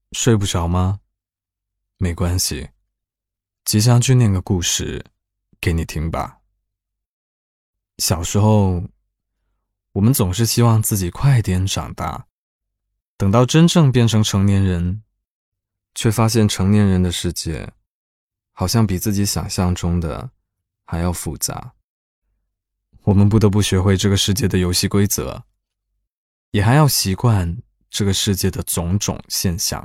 睡不着吗？没关系，吉祥君念个故事给你听吧。小时候，我们总是希望自己快点长大，等到真正变成成年人，却发现成年人的世界好像比自己想象中的还要复杂。我们不得不学会这个世界的游戏规则，也还要习惯这个世界的种种现象。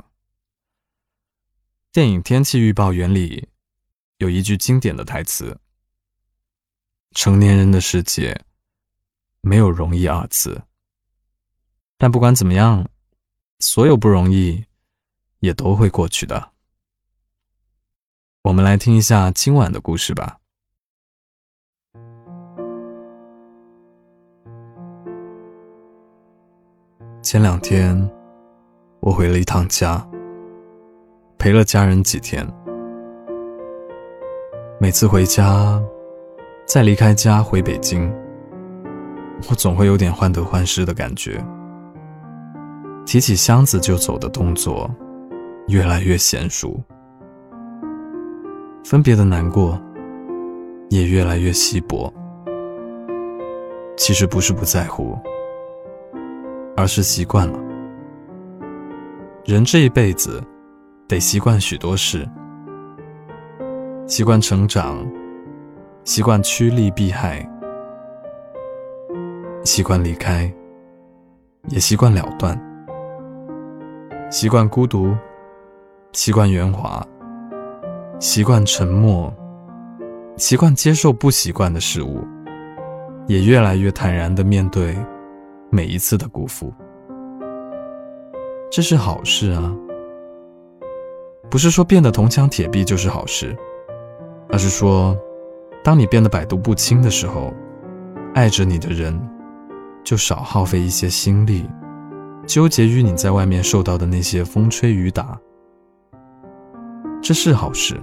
电影《天气预报员》里有一句经典的台词：成年人的世界没有容易二字，但不管怎么样，所有不容易也都会过去的。我们来听一下今晚的故事吧。前2天我回了一趟家，陪了家人几天。每次回家，再离开家回北京，我总会有点患得患失的感觉。提起箱子就走的动作越来越娴熟，分别的难过也越来越稀薄。其实不是不在乎，而是习惯了。人这一辈子得习惯许多事，习惯成长，习惯趋利避害，习惯离开，也习惯了断，习惯孤独，习惯圆滑，习惯沉默，习惯接受不习惯的事物，也越来越坦然地面对每一次的辜负。这是好事啊，不是说变得铜墙铁壁就是好事，而是说当你变得百毒不侵的时候，爱着你的人就少耗费一些心力纠结于你在外面受到的那些风吹雨打。这是好事。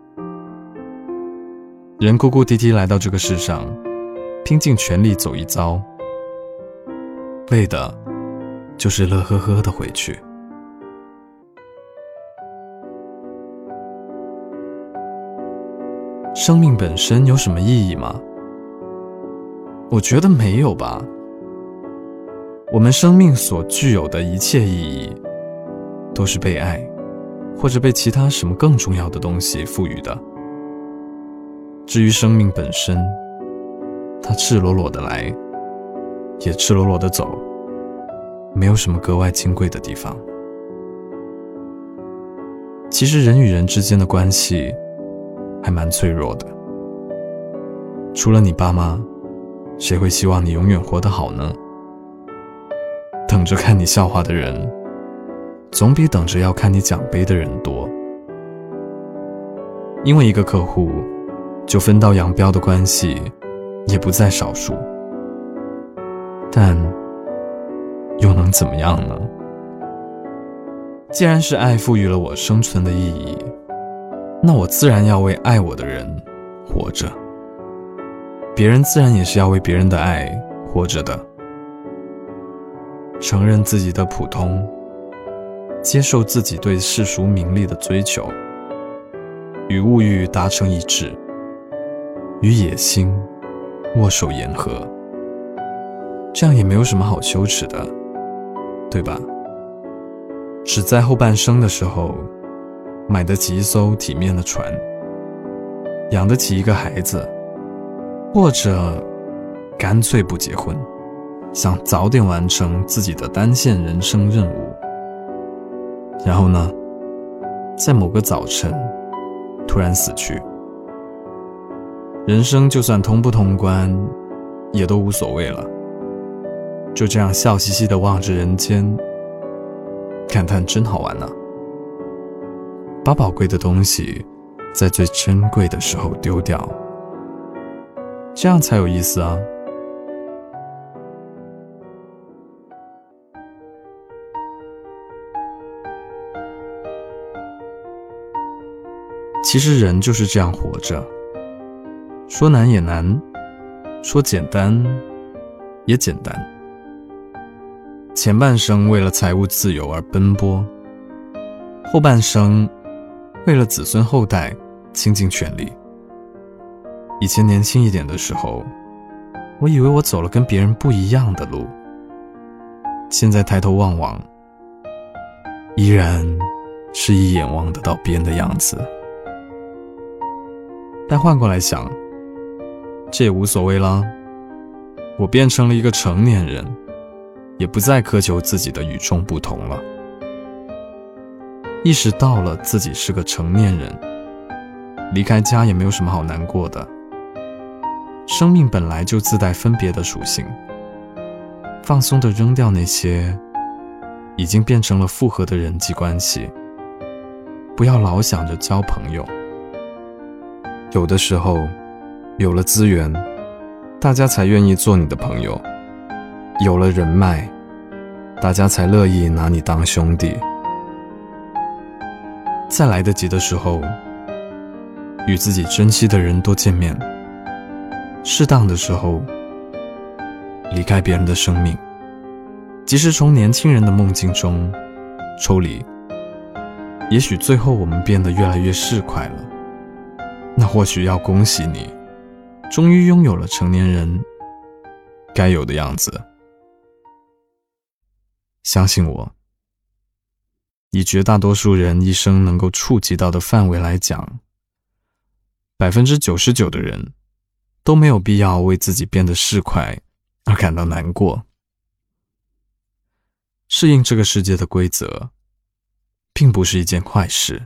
人哭哭啼啼来到这个世上，拼尽全力走一遭，为的就是乐呵呵的回去。生命本身有什么意义吗？我觉得没有吧。我们生命所具有的一切意义，都是被爱，或者被其他什么更重要的东西赋予的。至于生命本身，它赤裸裸的来，也赤裸裸的走，没有什么格外金贵的地方。其实人与人之间的关系还蛮脆弱的，除了你爸妈，谁会希望你永远活得好呢？等着看你笑话的人，总比等着要看你奖杯的人多。因为一个客户就分道扬镳的关系也不在少数，但又能怎么样呢？既然是爱赋予了我生存的意义，那我自然要为爱我的人活着，别人自然也是要为别人的爱活着的。承认自己的普通，接受自己对世俗名利的追求，与物欲达成一致，与野心握手言和，这样也没有什么好羞耻的，对吧？只在后半生的时候买得起一艘体面的船，养得起一个孩子，或者干脆不结婚，想早点完成自己的单线人生任务。然后呢，在某个早晨突然死去。人生就算通不通关也都无所谓了，就这样笑嘻嘻地望着人间，感叹真好玩啊。把宝贵的东西在最珍贵的时候丢掉，这样才有意思啊。其实人就是这样活着，说难也难，说简单也简单。前半生为了财务自由而奔波， 后半生为了子孙后代倾尽全力。以前年轻一点的时候，我以为我走了跟别人不一样的路，现在抬头望望，依然是一眼望得到边的样子。但换过来想，这也无所谓啦。我变成了一个成年人，也不再苛求自己的与众不同了。意识到了自己是个成年人，离开家也没有什么好难过的。生命本来就自带分别的属性，放松地扔掉那些已经变成了负荷的人际关系，不要老想着交朋友。有的时候，有了资源，大家才愿意做你的朋友；有了人脉，大家才乐意拿你当兄弟。在来得及的时候，与自己珍惜的人多见面，适当的时候离开别人的生命，即使从年轻人的梦境中抽离，也许最后我们变得越来越市侩了。那或许要恭喜你，终于拥有了成年人该有的样子。相信我，以绝大多数人一生能够触及到的范围来讲，99%的人都没有必要为自己变得市侩而感到难过。适应这个世界的规则，并不是一件坏事。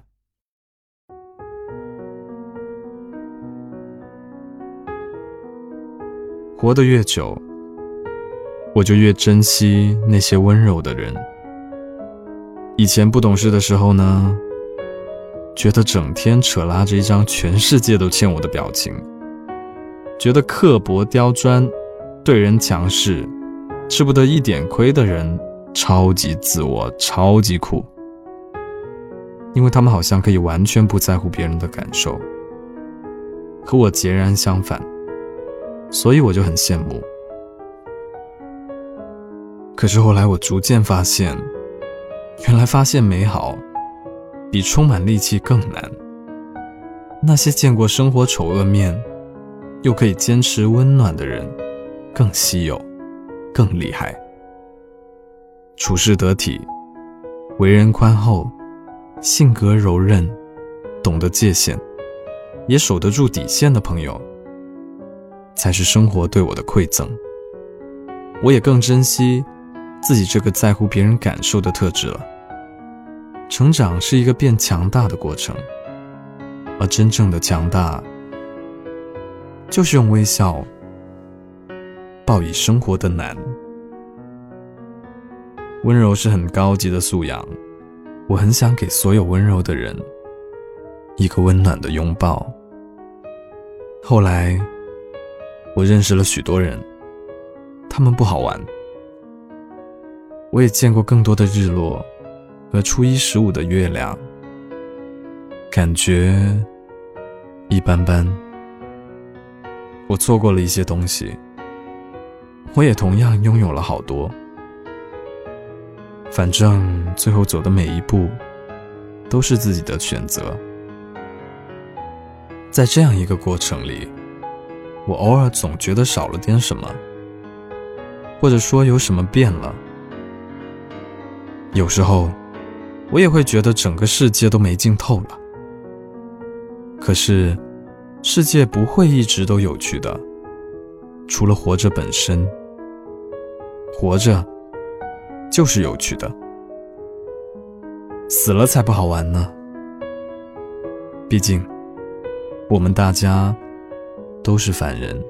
活得越久，我就越珍惜那些温柔的人。以前不懂事的时候呢，觉得整天扯拉着一张全世界都欠我的表情，觉得刻薄刁钻、对人强势、吃不得一点亏的人超级自我、超级酷，因为他们好像可以完全不在乎别人的感受。和我截然相反，所以我就很羡慕。可是后来我逐渐发现，原来发现美好比充满戾气更难。那些见过生活丑恶面又可以坚持温暖的人更稀有，更厉害。处事得体，为人宽厚，性格柔韧，懂得界限，也守得住底线的朋友，才是生活对我的馈赠。我也更珍惜自己这个在乎别人感受的特质了。成长是一个变强大的过程，而真正的强大，就是用微笑报以生活的难。温柔是很高级的素养，我很想给所有温柔的人一个温暖的拥抱。后来我认识了许多人，他们不好玩。我也见过更多的日落和初一15的月亮，感觉一般般。我错过了一些东西，我也同样拥有了好多。反正最后走的每一步都是自己的选择。在这样一个过程里，我偶尔总觉得少了点什么，或者说有什么变了。有时候我也会觉得整个世界都没劲透了。可是世界不会一直都有趣的，除了活着本身，活着就是有趣的，死了才不好玩呢。毕竟我们大家都是凡人。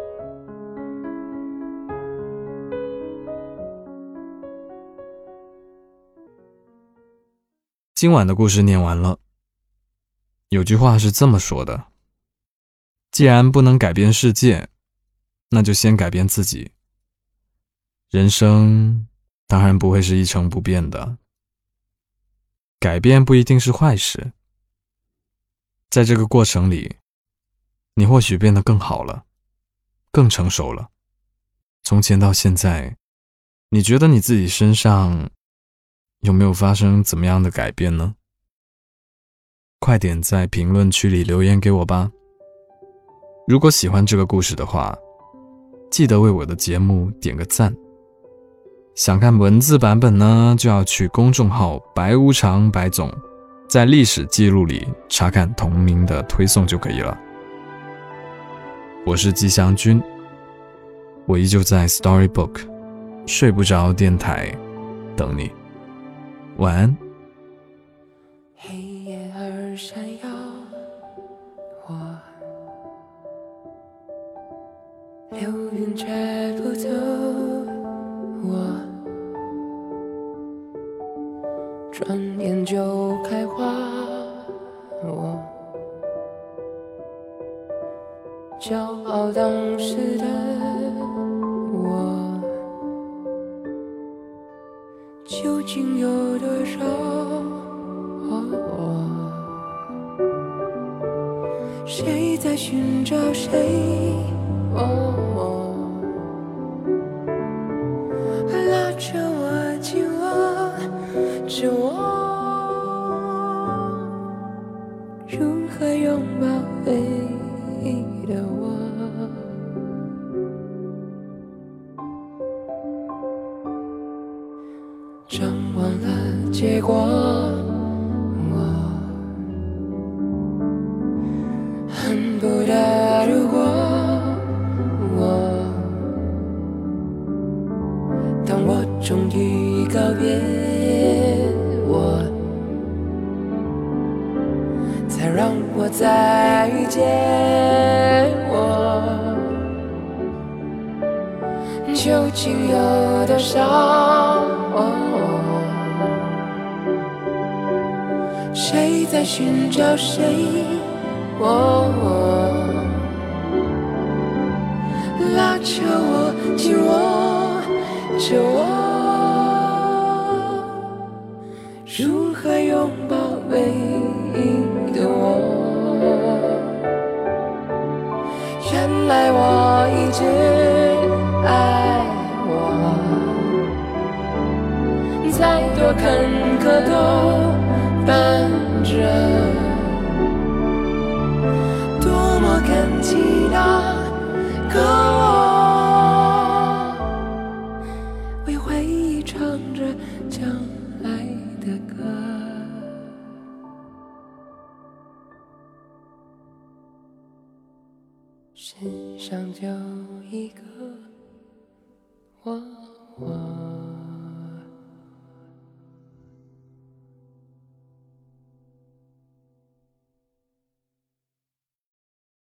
今晚的故事念完了。有句话是这么说的：既然不能改变世界，那就先改变自己。人生当然不会是一成不变的，改变不一定是坏事。在这个过程里，你或许变得更好了，更成熟了。从前到现在，你觉得你自己身上有没有发生怎么样的改变呢？ 快点在评论区里留言给我吧。如果喜欢这个故事的话，记得为我的节目点个赞。想看文字版本呢，就要去公众号白无常白总，在历史记录里查看同名的推送就可以了。我是吉祥君，我依旧在 Storybook 睡不着电台等你，晚安。 黑夜儿闪耀，我流云却不走，我转眼就开花，我骄傲当时的我，究竟有多少？谁在寻找谁？拉着我紧握着我，如何拥抱唯一的我？张望了结果，我恨不得如果当我终于告别我，才让我再遇见我，究竟有多少？谁在寻找谁？拉着我紧握着我，如何拥抱唯一的我？原来我一直爱我，再多坎坷都伴着，多么感激那个我，为回忆唱着将来的歌。世上就一个我。